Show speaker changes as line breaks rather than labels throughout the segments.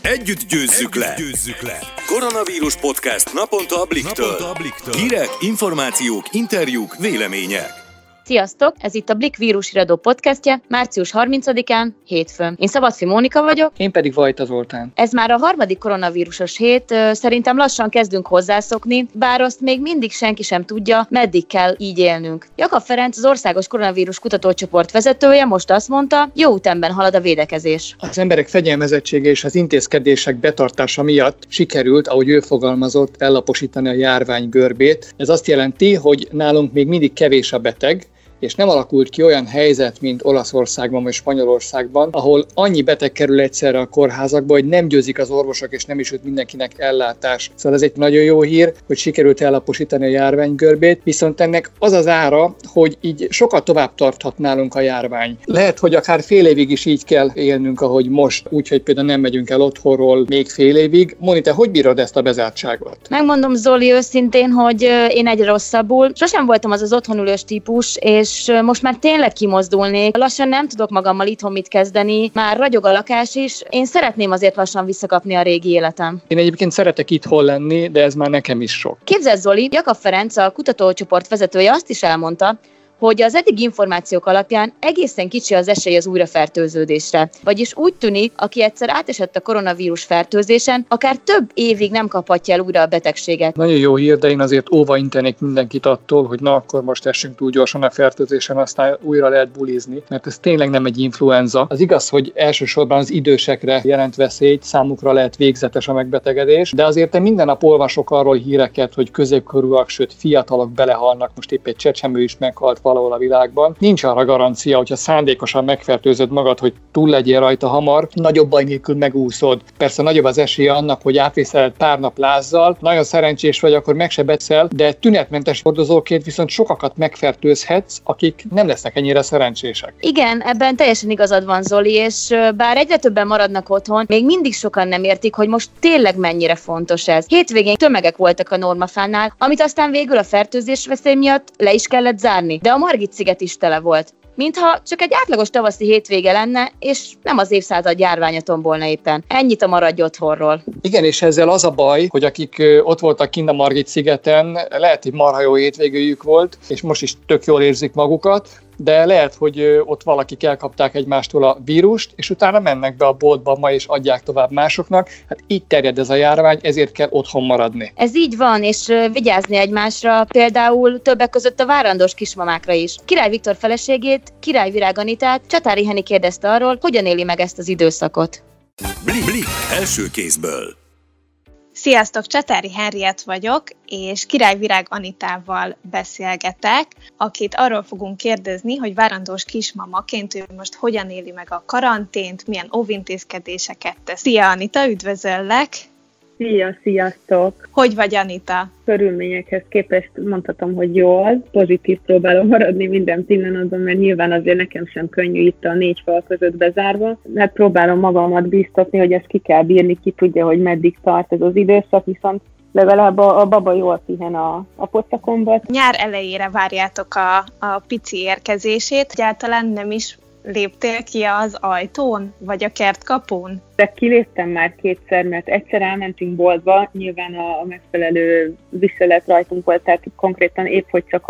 Együtt győzzük le! Koronavírus podcast naponta a Blikktől. Hírek, információk, interjúk, vélemények.
Sziasztok! Ez itt a Blikk vírushíradó podcastje, március 30-án, hétfőn. Én Szabadfi Mónika vagyok.
Én pedig Vajta Zoltán.
Ez már a harmadik koronavírusos hét, szerintem lassan kezdünk hozzászokni, bár azt még mindig senki sem tudja, meddig kell így élnünk. Jakab Ferenc, az Országos Koronavírus Kutatócsoport vezetője most azt mondta, jó ütemben halad a védekezés.
Az emberek fegyelmezettsége és az intézkedések betartása miatt sikerült, ahogy ő fogalmazott, ellaposítani a járvány görbét. Ez azt jelenti, hogy nálunk még mindig kevés a beteg, és nem alakult ki olyan helyzet, mint Olaszországban vagy Spanyolországban, ahol annyi beteg kerül egyszerre a kórházakba, hogy nem győzik az orvosok, és nem is jut mindenkinek ellátás. Szóval ez egy nagyon jó hír, hogy sikerült ellaposítani a járványgörbét, viszont ennek az az ára, hogy így sokkal tovább tarthat nálunk a járvány. Lehet, hogy akár fél évig is így kell élnünk, ahogy most, úgyhogy például nem megyünk el otthonról még fél évig. Moni, te hogy bírod ezt a bezártságot?
Megmondom, Zoli, őszintén, hogy én egyre rosszabbul. Sosem voltam az otthonülős típus, és most már tényleg kimozdulnék. Lassan nem tudok magammal itthon mit kezdeni, már ragyog a lakás is. Én szeretném azért lassan visszakapni a régi életem.
Én egyébként szeretek itthon lenni, de ez már nekem is sok.
Képzeld, Zoli, Jakab Ferenc, a kutatócsoport vezetője azt is elmondta, hogy az eddig információk alapján egészen kicsi az esély az újrafertőződésre. Vagyis úgy tűnik, aki egyszer átesett a koronavírus fertőzésen, akár több évig nem kaphatja el újra a betegséget.
Nagyon jó hír, de én azért óva intenék mindenkit attól, hogy na akkor most essünk túl gyorsan a fertőzésen, aztán újra lehet bulizni, mert ez tényleg nem egy influenza. Az igaz, hogy elsősorban az idősekre jelent veszélyt, számukra lehet végzetes a megbetegedés, de azért minden nap olvasok arról híreket, hogy középkorúak, sőt fiatalok belehalnak, most épp egy csecsemő is meghalt valahol a világban. Nincs arra garancia, hogyha szándékosan megfertőzöd magad, hogy túl legyél rajta hamar, nagyobb baj nélkül megúszod. Persze nagyobb az esélye annak, hogy átvészeled pár nap lázzal, nagyon szerencsés vagy, akkor meg se becsel, de tünetmentes hordozóként viszont sokakat megfertőzhetsz, akik nem lesznek ennyire szerencsések.
Igen, ebben teljesen igazad van, Zoli, és bár egyre többen maradnak otthon, még mindig sokan nem értik, hogy most tényleg mennyire fontos ez. Hétvégén tömegek voltak a Normafánál, amit aztán végül a fertőzés veszély miatt le is kellett zárni. De a Margit-sziget is tele volt. Mintha csak egy átlagos tavaszi hétvége lenne, és nem az évszázad járványa tombolna éppen. Ennyit a maradj otthonról.
Igen, és ezzel az a baj, hogy akik ott voltak kint a Margit-szigeten, lehet, hogy marha jó hétvégőjük volt, és most is tök jól érzik magukat, de lehet, hogy ott valakik elkapták egymástól a vírust, és utána mennek be a boltba ma és adják tovább másoknak. Hát így terjed ez a járvány, ezért kell otthon maradni.
Ez így van, és vigyázni egymásra, például többek között a várandós kismamákra is. Király Viktor feleségét, Király Virág Anitát Csatári Henni kérdezte arról, hogyan éli meg ezt az időszakot.
Blikk első kézből.
Sziasztok, Csatári Henriett vagyok, és Király Virág Anitával beszélgetek, akit arról fogunk kérdezni, hogy várandós kismamaként ő most hogyan éli meg a karantént, milyen óvintézkedéseket tesz. Szia Anita, üdvözöllek!
Szia, sziasztok!
Hogy vagy, Anita?
Körülményekhez képest mondhatom, hogy jól, pozitív próbálom maradni minden pillanatban, mert nyilván azért nekem sem könnyű itt a négy fal között bezárva. Hát próbálom magamat biztatni, hogy ezt ki kell bírni, ki tudja, hogy meddig tart ez az időszak, viszont legalább a baba jól pihen a pocakomban.
Nyár elejére várjátok a pici érkezését, egyáltalán nem is léptél ki az ajtón, vagy a kertkapun?
De kiléptem már kétszer, mert egyszer elmentünk boltba, nyilván a megfelelő viselet rajtunk volt, tehát konkrétan épp, hogy csak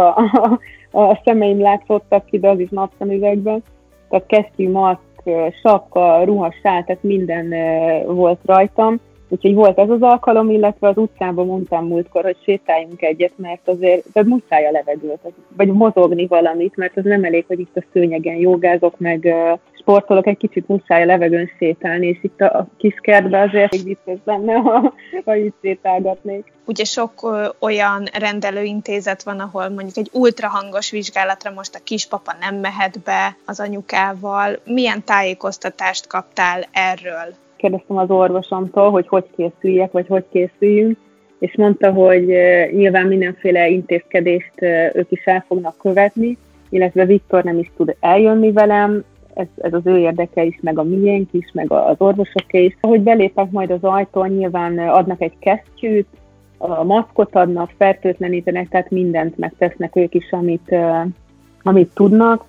a szemeim látszottak ki, de az is napszemüvegben. Tehát kesztyű, maszk, sapka, ruha, sál, tehát minden volt rajtam. Úgyhogy volt ez az alkalom, illetve az utcában mondtam múltkor, hogy sétáljunk egyet, mert azért muszáj a levegőt, vagy mozogni valamit, mert az nem elég, hogy itt a szőnyegen jogázok, meg sportolok, egy kicsit muszáj a levegőn sétálni, és itt a kis kertben azért egy vicces lenne, ha itt sétálgatnék.
Ugye sok olyan rendelőintézet van, ahol mondjuk egy ultrahangos vizsgálatra most a kispapa nem mehet be az anyukával. Milyen tájékoztatást kaptál erről?
Kérdeztem az orvosomtól, hogy készüljek, vagy hogy készüljünk, és mondta, hogy nyilván mindenféle intézkedést ők is el fognak követni, illetve Viktor nem is tud eljönni velem, ez az ő érdeke is, meg a miénk is, meg az orvosoké is. Ahogy belépek majd az ajtón, nyilván adnak egy kesztyűt, a maszkot adnak, fertőtlenítenek, tehát mindent megtesznek ők is, amit tudnak.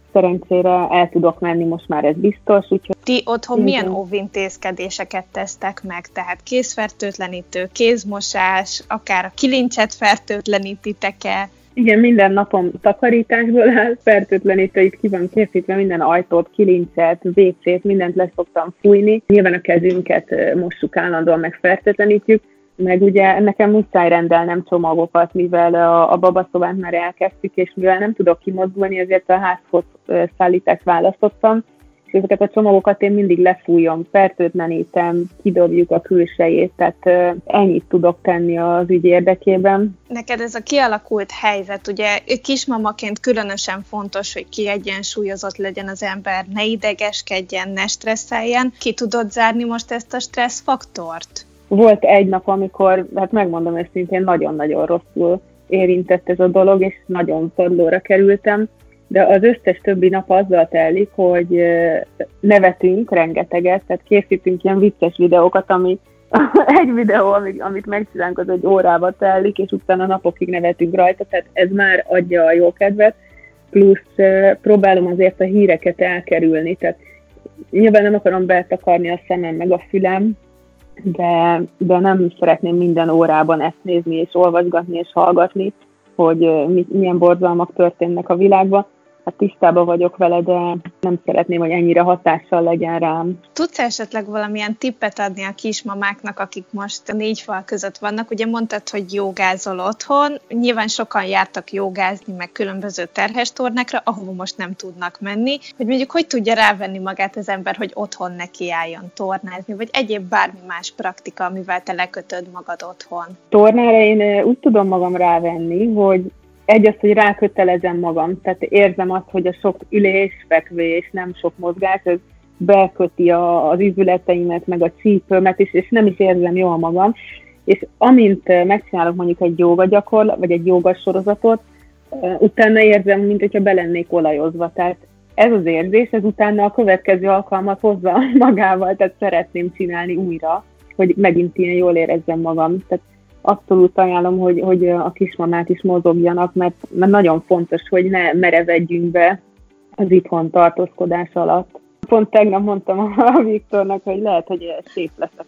szerencsére el tudok menni, most már ez biztos. Úgyhogy
ti otthon milyen óvintézkedéseket tesztek meg? Tehát kézfertőtlenítő, kézmosás, akár a kilincset fertőtlenítitek-e?
Igen, minden napom takarításból áll, fertőtlenítőit ki van készítve, minden ajtót, kilincset, WC-t, mindent le szoktam fújni. Nyilván a kezünket mossuk állandóan, meg fertőtlenítjük, meg ugye nekem muszáj rendelnem csomagokat, mivel a babaszobát már elkezdtük, és mivel nem tudok kimozdulni, ezért a házhoz szállítást választottam, és ezeket a csomagokat én mindig lefújom, fertőtlenítem, kidobjuk a külsejét, tehát ennyit tudok tenni az ügy érdekében.
Neked ez a kialakult helyzet, ugye kismamaként különösen fontos, hogy kiegyensúlyozott legyen az ember, ne idegeskedjen, ne stresszeljen. Ki tudod zárni most ezt a stresszfaktort?
Volt egy nap, amikor, hát megmondom őszintén, nagyon-nagyon rosszul érintett ez a dolog, és nagyon padlóra kerültem, de az összes többi nap azzal telik, hogy nevetünk rengeteget, tehát készítünk ilyen vicces videókat, ami egy videó, amit megcsinálunk, az egy órába telik, és utána napokig nevetünk rajta, tehát ez már adja a jó kedvet, plusz próbálom azért a híreket elkerülni, tehát nyilván nem akarom betakarni a szemem meg a fülem, de nem szeretném minden órában ezt nézni, és olvasgatni, és hallgatni, hogy milyen borzalmak történnek a világban. Hát tisztában vagyok vele, de nem szeretném, hogy ennyire hatással legyen rám.
Tudsz esetleg valamilyen tippet adni a kismamáknak, akik most 4 fal között vannak? Ugye mondtad, hogy jogázol otthon, nyilván sokan jártak jogázni, meg különböző terhes tornákra, ahova most nem tudnak menni, hogy mondjuk hogy tudja rávenni magát az ember, hogy otthon nekiálljon tornázni, vagy egyéb bármi más praktika, amivel te lekötöd magad otthon.
Tornára én úgy tudom magam rávenni, hogy hogy rákötelezem magam, tehát érzem azt, hogy a sok ülés, fekvés, nem sok mozgás, ez beköti az izületeimet, meg a csípőmet is, és nem is érzem jól magam. És amint megcsinálok mondjuk egy jógagyakorlat, vagy egy jogasorozatot, utána érzem, mint hogyha be lennék olajozva. Tehát ez az érzés, ez utána a következő alkalmat hozza magával, tehát szeretném csinálni újra, hogy megint ilyen jól érezzem magam. Tehát abszolút ajánlom, hogy a kismamák is mozogjanak, mert nagyon fontos, hogy ne merevedjünk be az itthon tartózkodás alatt. Pont tegnap mondtam a Viktornak, hogy lehet, hogy szép leszek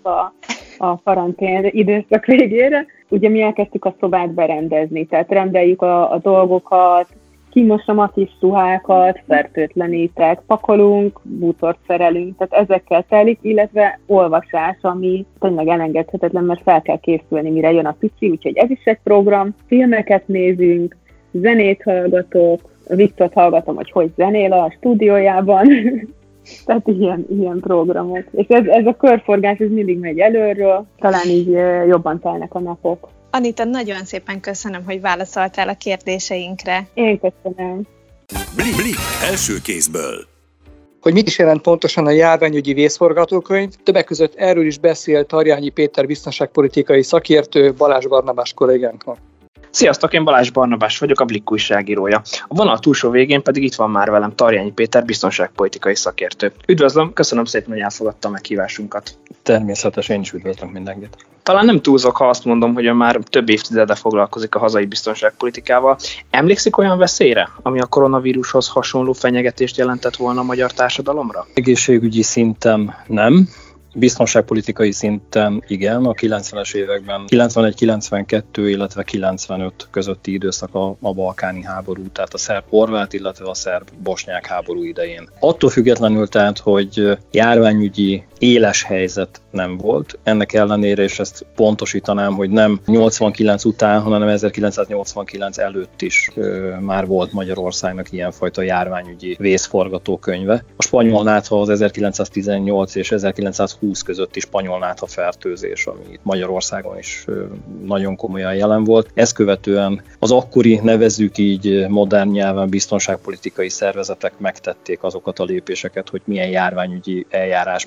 a karantén időszak végére. Ugye mi elkezdtük a szobát berendezni, tehát rendeljük a dolgokat, kimosom a kis ruhákat, fertőtlenítek, pakolunk, bútort szerelünk, tehát ezekkel telik, illetve olvasás, ami tényleg elengedhetetlen, mert fel kell készülni, mire jön a pici, úgyhogy ez is egy program. Filmeket nézünk, zenét hallgatok, Viktort hallgatom, hogy zenél a stúdiójában, tehát ilyen programok. És ez a körforgás, ez mindig megy előről, talán így jobban telnek a napok.
Anita, nagyon szépen köszönöm, hogy válaszoltál a kérdéseinkre.
Én köszönöm.
Blik első kézből.
Hogy mit is jelent pontosan a járványügyi vészforgatókönyv, többek között erről is beszélt Tarjányi Péter biztonságpolitikai szakértő Balázs Barnabás kollégánknak.
Sziasztok, én Balázs Barnabás vagyok, a Blik újságírója. A vonal túlsó végén pedig itt van már velem Tarjányi Péter biztonságpolitikai szakértő. Üdvözlöm, köszönöm szépen, hogy elfogadta a meghívásunkat.
Természetesen én is üdvözlök mindenkit.
Talán nem túlzok, ha azt mondom, hogy már több évtizede foglalkozik a hazai biztonságpolitikával. Emlékszik olyan veszélyre, ami a koronavírushoz hasonló fenyegetést jelentett volna a magyar társadalomra?
Egészségügyi szinten nem. Biztonságpolitikai szinten igen, a 90-es években 91-92, illetve 95 közötti időszak a balkáni háború, tehát a szerb-horvát, illetve a szerb-bosnyák háború idején. Attól függetlenül tehát, hogy járványügyi éles helyzet nem volt, ennek ellenére, és ezt pontosítanám, hogy nem 89 után, hanem 1989 előtt is már volt Magyarországnak ilyenfajta járványügyi vészforgatókönyve. A spanyolnátha az 1918 és 1920 közötti spanyolnátha fertőzés, ami itt Magyarországon is nagyon komolyan jelen volt. Ezt követően az akkori, nevezzük így modern nyelven, biztonságpolitikai szervezetek megtették azokat a lépéseket, hogy milyen járványügyi eljárás mentén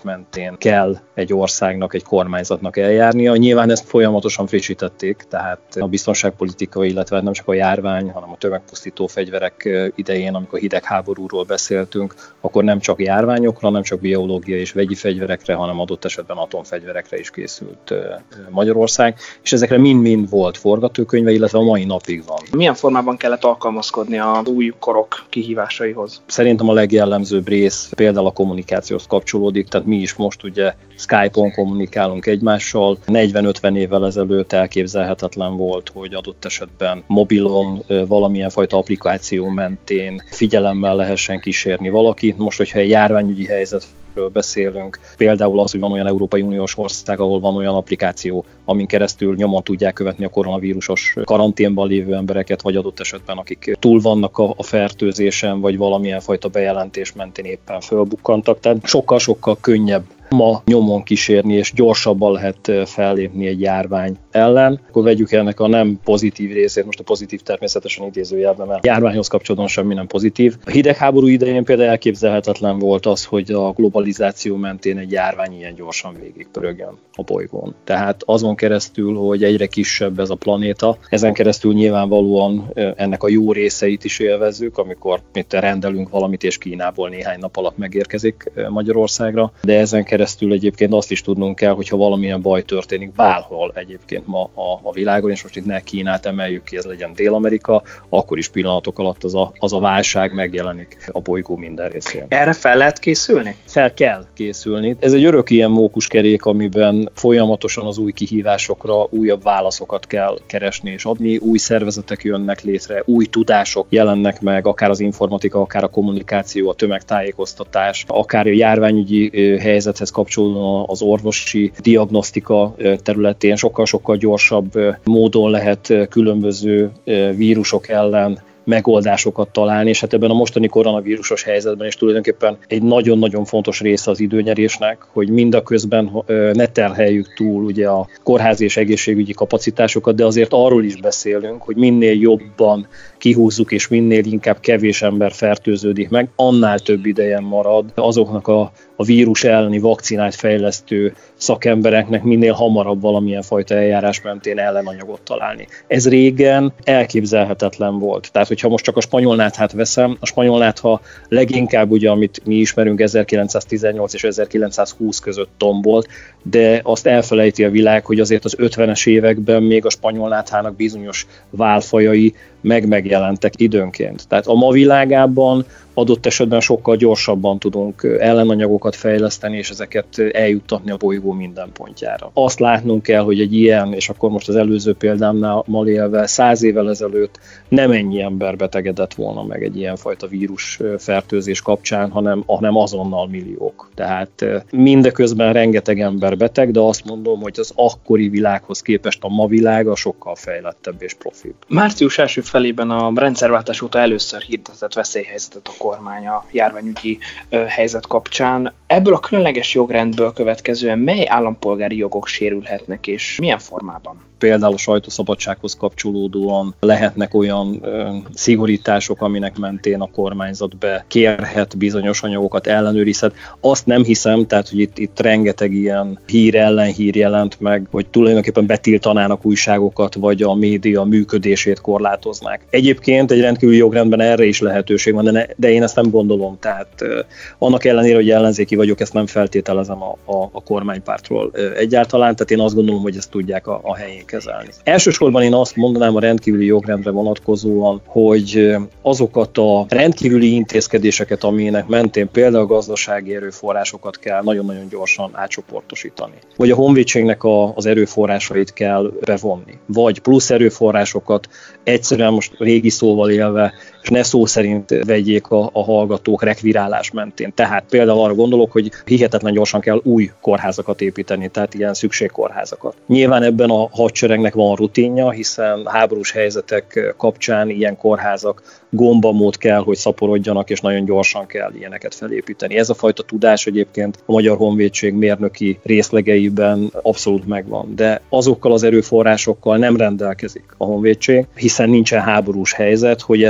mentén kell egy országnak, egy kormányzatnak eljárnia. Nyilván ezt folyamatosan frissítették, tehát a biztonságpolitika, illetve nem csak a járvány, hanem a tömegpusztító fegyverek idején, amikor hidegháborúról beszéltünk, akkor nem csak járványokra, nem csak biológiai és vegyi fegyverekre, hanem adott esetben atomfegyverekre is készült Magyarország, és ezekre mind-mind volt forgatókönyve, illetve a mai napig van.
Milyen formában kellett alkalmazkodni az új korok kihívásaihoz?
Szerintem a legjellemzőbb rész például a kommunikációhoz kapcsolódik, tehát mi is most ugye Skype-on kommunikálunk egymással. 40-50 évvel ezelőtt elképzelhetetlen volt, hogy adott esetben mobilon valamilyen fajta applikáció mentén figyelemmel lehessen kísérni valakit. Most, hogyha egy járványügyi helyzetről beszélünk, például az, hogy van olyan Európai Uniós ország, ahol van olyan applikáció, amin keresztül nyomon tudják követni a koronavírusos karanténban lévő embereket, vagy adott esetben akik túl vannak a fertőzésen, vagy valamilyen fajta bejelentés mentén éppen fölbukkantak. Tehát sokkal-sokkal könnyebb ma nyomon kísérni, és gyorsabban lehet fellépni egy járvány ellen. Akkor vegyük ennek a nem pozitív részét, most a pozitív természetesen idézőjelben, mert a járványhoz kapcsolatban semmi nem pozitív. A hidegháború idején például elképzelhetetlen volt az, hogy a globalizáció mentén egy járvány ilyen gyorsan végigpörögjön a bolygón. Tehát azon keresztül, hogy egyre kisebb ez a planéta, ezen keresztül nyilvánvalóan ennek a jó részeit is élvezzük, amikor rendelünk valamit, és Kínából néhány nap alatt megérkezik Magyarországra, de ezen keresztül egyébként azt is tudnunk kell, hogyha valamilyen baj történik bárhol egyébként ma a világon, és most itt ne Kínát emeljük ki, ez legyen Dél-Amerika, akkor is pillanatok alatt az a válság megjelenik a bolygó minden részén.
Erre fel lehet készülni?
Fel kell készülni. Ez egy örök ilyen mókuskerék, amiben folyamatosan az új kihívásokra újabb válaszokat kell keresni és adni, új szervezetek jönnek létre, új tudások jelennek meg, akár az informatika, akár a kommunikáció, a tömegtájékoztatás, akár a járványügyi helyzethez kapcsolódóan az orvosi diagnosztika területén sokkal-sokkal gyorsabb módon lehet különböző vírusok ellen megoldásokat találni, és hát ebben a mostani koronavírusos helyzetben is tulajdonképpen egy nagyon-nagyon fontos része az időnyerésnek, hogy mindaközben ne terheljük túl ugye a kórházi és egészségügyi kapacitásokat, de azért arról is beszélünk, hogy minél jobban kihúzzuk, és minél inkább kevés ember fertőződik meg, annál több idejen marad azoknak a vírus elleni vakcinát fejlesztő szakembereknek minél hamarabb valamilyen fajta eljárás mentén ellenanyagot találni. Ez régen elképzelhetetlen volt. Tehát, hogyha most csak a spanyolnáthát veszem, a spanyolnátha leginkább ugye, amit mi ismerünk 1918 és 1920 között tombolt, de azt elfelejti a világ, hogy azért az 50-es években még a spanyolnáthának bizonyos válfajai megjelentek időnként. Tehát a ma világában adott esetben sokkal gyorsabban tudunk ellenanyagokat fejleszteni, és ezeket eljuttatni a bolygó minden pontjára. Azt látnunk kell, hogy egy ilyen, és akkor most az előző példámnál élve 100 évvel ezelőtt nem ennyi ember betegedett volna meg egy ilyenfajta vírusfertőzés kapcsán, hanem azonnal milliók. Tehát mindeközben rengeteg ember beteg, de azt mondom, hogy az akkori világhoz képest a ma világa sokkal fejlettebb és profibb.
Március első felében a rendszerváltás óta először hirdetett veszélyhelyzetet a kormány a járványügyi helyzet kapcsán. Ebből a különleges jogrendből következően mely állampolgári jogok sérülhetnek, és milyen formában?
Például a sajtószabadsághoz kapcsolódóan lehetnek olyan szigorítások, aminek mentén a kormányzat bekérhet bizonyos anyagokat, ellenőrizhet. Azt nem hiszem, tehát hogy itt rengeteg ilyen ellenhír jelent meg, hogy tulajdonképpen betiltanának újságokat, vagy a média működését korlátoznák. Egyébként egy rendkívüli jogrendben erre is lehetőség van, de én ezt nem gondolom. Tehát annak ellenére, hogy ellenzéki vagyok, ezt nem feltételezem a kormánypártról egyáltalán, tehát én azt gondolom, hogy ezt tudják a helyén kezelni. Elsősorban én azt mondanám a rendkívüli jogrendre vonatkozóan, hogy azokat a rendkívüli intézkedéseket, aminek mentén például a gazdasági erőforrásokat kell nagyon-nagyon gyorsan átcsoportosítani, vagy a honvédségnek az erőforrásait kell bevonni, vagy plusz erőforrásokat egyszerűen most régi szóval élve, és ne szó szerint vegyék a hallgatók rekvirálás mentén. Tehát például arra gondolok, hogy hihetetlen gyorsan kell új kórházakat építeni, tehát ilyen szükségkórházakat. Nyilván ebben a hadseregnek van rutinja, hiszen háborús helyzetek kapcsán ilyen kórházak gombamód kell, hogy szaporodjanak, és nagyon gyorsan kell ilyeneket felépíteni. Ez a fajta tudás egyébként a Magyar Honvédség mérnöki részlegeiben abszolút megvan, de azokkal az erőforrásokkal nem rendelkezik a honvédség, hiszen nincsen háborús helyzet, hogy ezt mind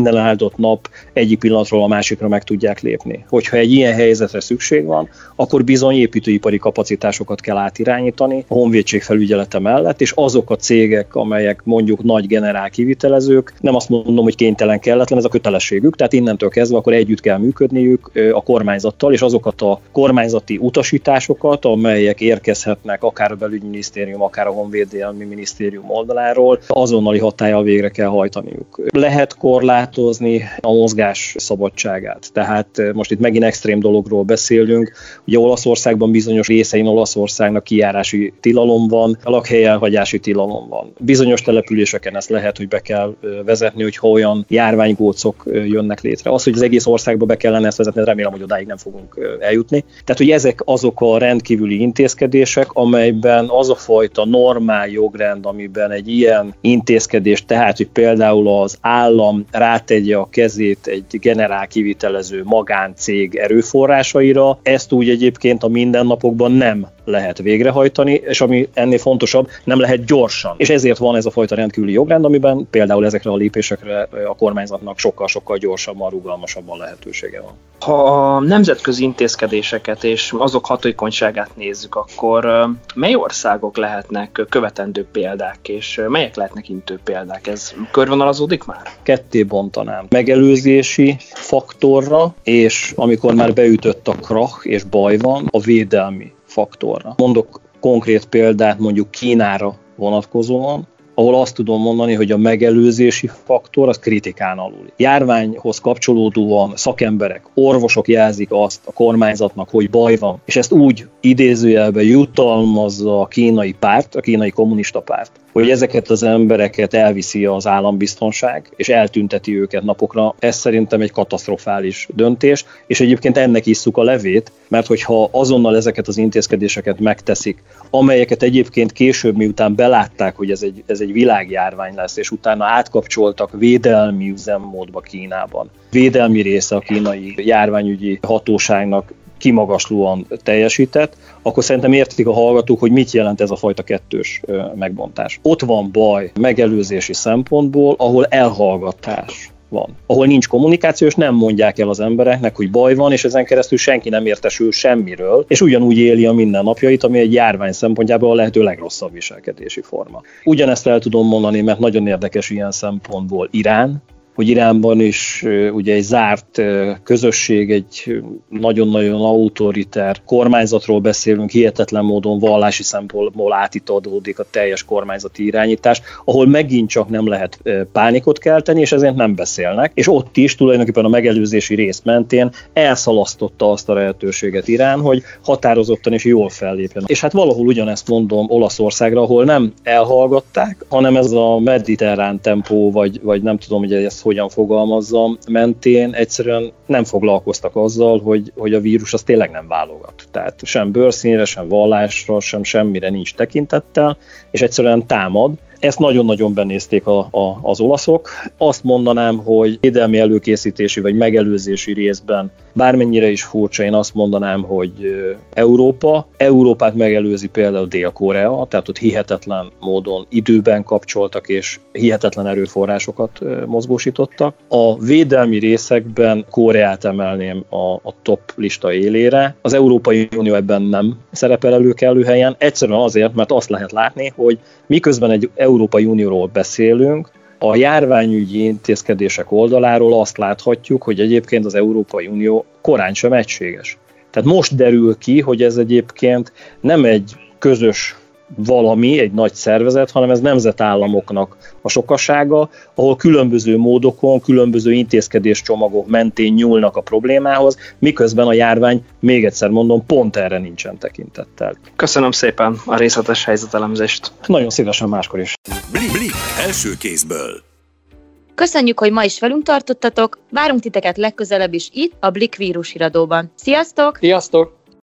minden áldott nap egyik pillanatról a másikra meg tudják lépni. Hogyha egy ilyen helyzetre szükség van, akkor bizony építőipari kapacitásokat kell átirányítani a honvédség felügyelete mellett, és azok a cégek, amelyek mondjuk nagy generál kivitelezők, nem azt mondom, hogy kénytelen, kelletlen, ez a kötelességük, tehát innentől kezdve akkor együtt kell működniük a kormányzattal, és azokat a kormányzati utasításokat, amelyek érkezhetnek akár a belügyminisztérium, akár a honvédelmi minisztérium oldaláról, azonnali hatállyal végre kell hajtaniuk. Lehet korlátozni a mozgás szabadságát. Tehát most itt megint extrém dologról beszélünk. Ugye Olaszországban bizonyos részein Olaszországnak kijárási tilalom van, a lakhely elhagyási tilalom van. Bizonyos településeken ezt lehet, hogy be kell vezetni, hogyha olyan járványgócok jönnek létre. Az, hogy az egész országba be kellene ezt vezetni, remélem, hogy odáig nem fogunk eljutni. Tehát, hogy ezek azok a rendkívüli intézkedések, amelyben az a fajta normál jogrend, amiben egy ilyen intézkedés, tehát, hogy például az állam rátegye a kezét egy generál kivitelező magáncég erőforrásaira, ezt úgy egyébként a mindennapokban nem lehet végrehajtani, és ami ennél fontosabb, nem lehet gyorsan. És ezért van ez a fajta rendkívüli jogrend, amiben például ezekre a lépésekre a kormányzatnak sokkal gyorsabban, rugalmasabban lehetősége van.
Ha a nemzetközi intézkedéseket és azok hatékonyságát nézzük, akkor mely országok lehetnek követendő példák, és melyek lehetnek intő példák? Ez körvonalazódik már?
Ketté bontanám. Megelőzési faktorra, és amikor már beütött a krach és baj van, a védelmi faktorra. Mondok konkrét példát mondjuk Kínára vonatkozóan, ahol azt tudom mondani, hogy a megelőzési faktor az kritikán aluli. Járványhoz kapcsolódóan szakemberek, orvosok jelzik azt a kormányzatnak, hogy baj van, és ezt úgy idézőjelben jutalmazza a kínai párt, a kínai kommunista párt, hogy ezeket az embereket elviszi az állambiztonság, és eltünteti őket napokra. Ez szerintem egy katasztrofális döntés, és egyébként ennek isszuk a levét, mert hogyha azonnal ezeket az intézkedéseket megteszik, amelyeket egyébként később, miután belátták, hogy ez egy világjárvány lesz, és utána átkapcsoltak védelmi üzemmódba Kínában. Védelmi része a kínai járványügyi hatóságnak kimagaslóan teljesített, akkor szerintem értik a hallgatók, hogy mit jelent ez a fajta kettős megbontás. Ott van baj megelőzési szempontból, ahol elhallgatás van. Ahol nincs kommunikáció, és nem mondják el az embereknek, hogy baj van, és ezen keresztül senki nem értesül semmiről, és ugyanúgy éli a mindennapjait, ami egy járvány szempontjából a lehető legrosszabb viselkedési forma. Ugyanezt el tudom mondani, mert nagyon érdekes ilyen szempontból Irán, hogy Iránban is ugye egy zárt közösség, egy nagyon-nagyon autoriter kormányzatról beszélünk, hihetetlen módon vallási szempontból átitadódik a teljes kormányzati irányítás, ahol megint csak nem lehet pánikot kelteni, és ezért nem beszélnek, és ott is tulajdonképpen a megelőzési rész mentén elszalasztotta azt a lehetőséget Irán, hogy határozottan és jól fellépjen. És hát valahol ugyanezt mondom Olaszországra, ahol nem elhallgatták, hanem ez a mediterrán tempó, vagy nem tudom, hogy ezt hogyan fogalmazzam, mentén egyszerűen nem foglalkoztak azzal, hogy a vírus az tényleg nem válogat. Tehát sem bőrszínre, sem vallásra, sem semmire nincs tekintettel, és egyszerűen támad. Ezt nagyon-nagyon benézték az olaszok. Azt mondanám, hogy védelmi előkészítési vagy megelőzési részben bármennyire is furcsa, én azt mondanám, hogy Európát megelőzi például Dél-Korea, tehát ott hihetetlen módon időben kapcsoltak és hihetetlen erőforrásokat mozgósítottak. A védelmi részekben Koreát emelném a top lista élére. Az Európai Unió ebben nem szerepel előkelő helyen, egyszerűen azért, mert azt lehet látni, hogy miközben egy Európai Unióról beszélünk, a járványügyi intézkedések oldaláról azt láthatjuk, hogy egyébként az Európai Unió korán sem egységes. Tehát most derül ki, hogy ez egyébként nem egy közös valami, egy nagy szervezet, hanem ez nemzetállamoknak a sokasága, ahol különböző módokon, különböző intézkedéscsomagok mentén nyúlnak a problémához, miközben a járvány, még egyszer mondom, pont erre nincsen tekintettel.
Köszönöm szépen a részletes helyzetelemzést.
Nagyon szívesen máskor is.
Blik első kézből.
Köszönjük, hogy ma is velünk tartottatok, várunk titeket legközelebb is itt, a Blik vírushíradóban. Sziasztok!
Sziasztok!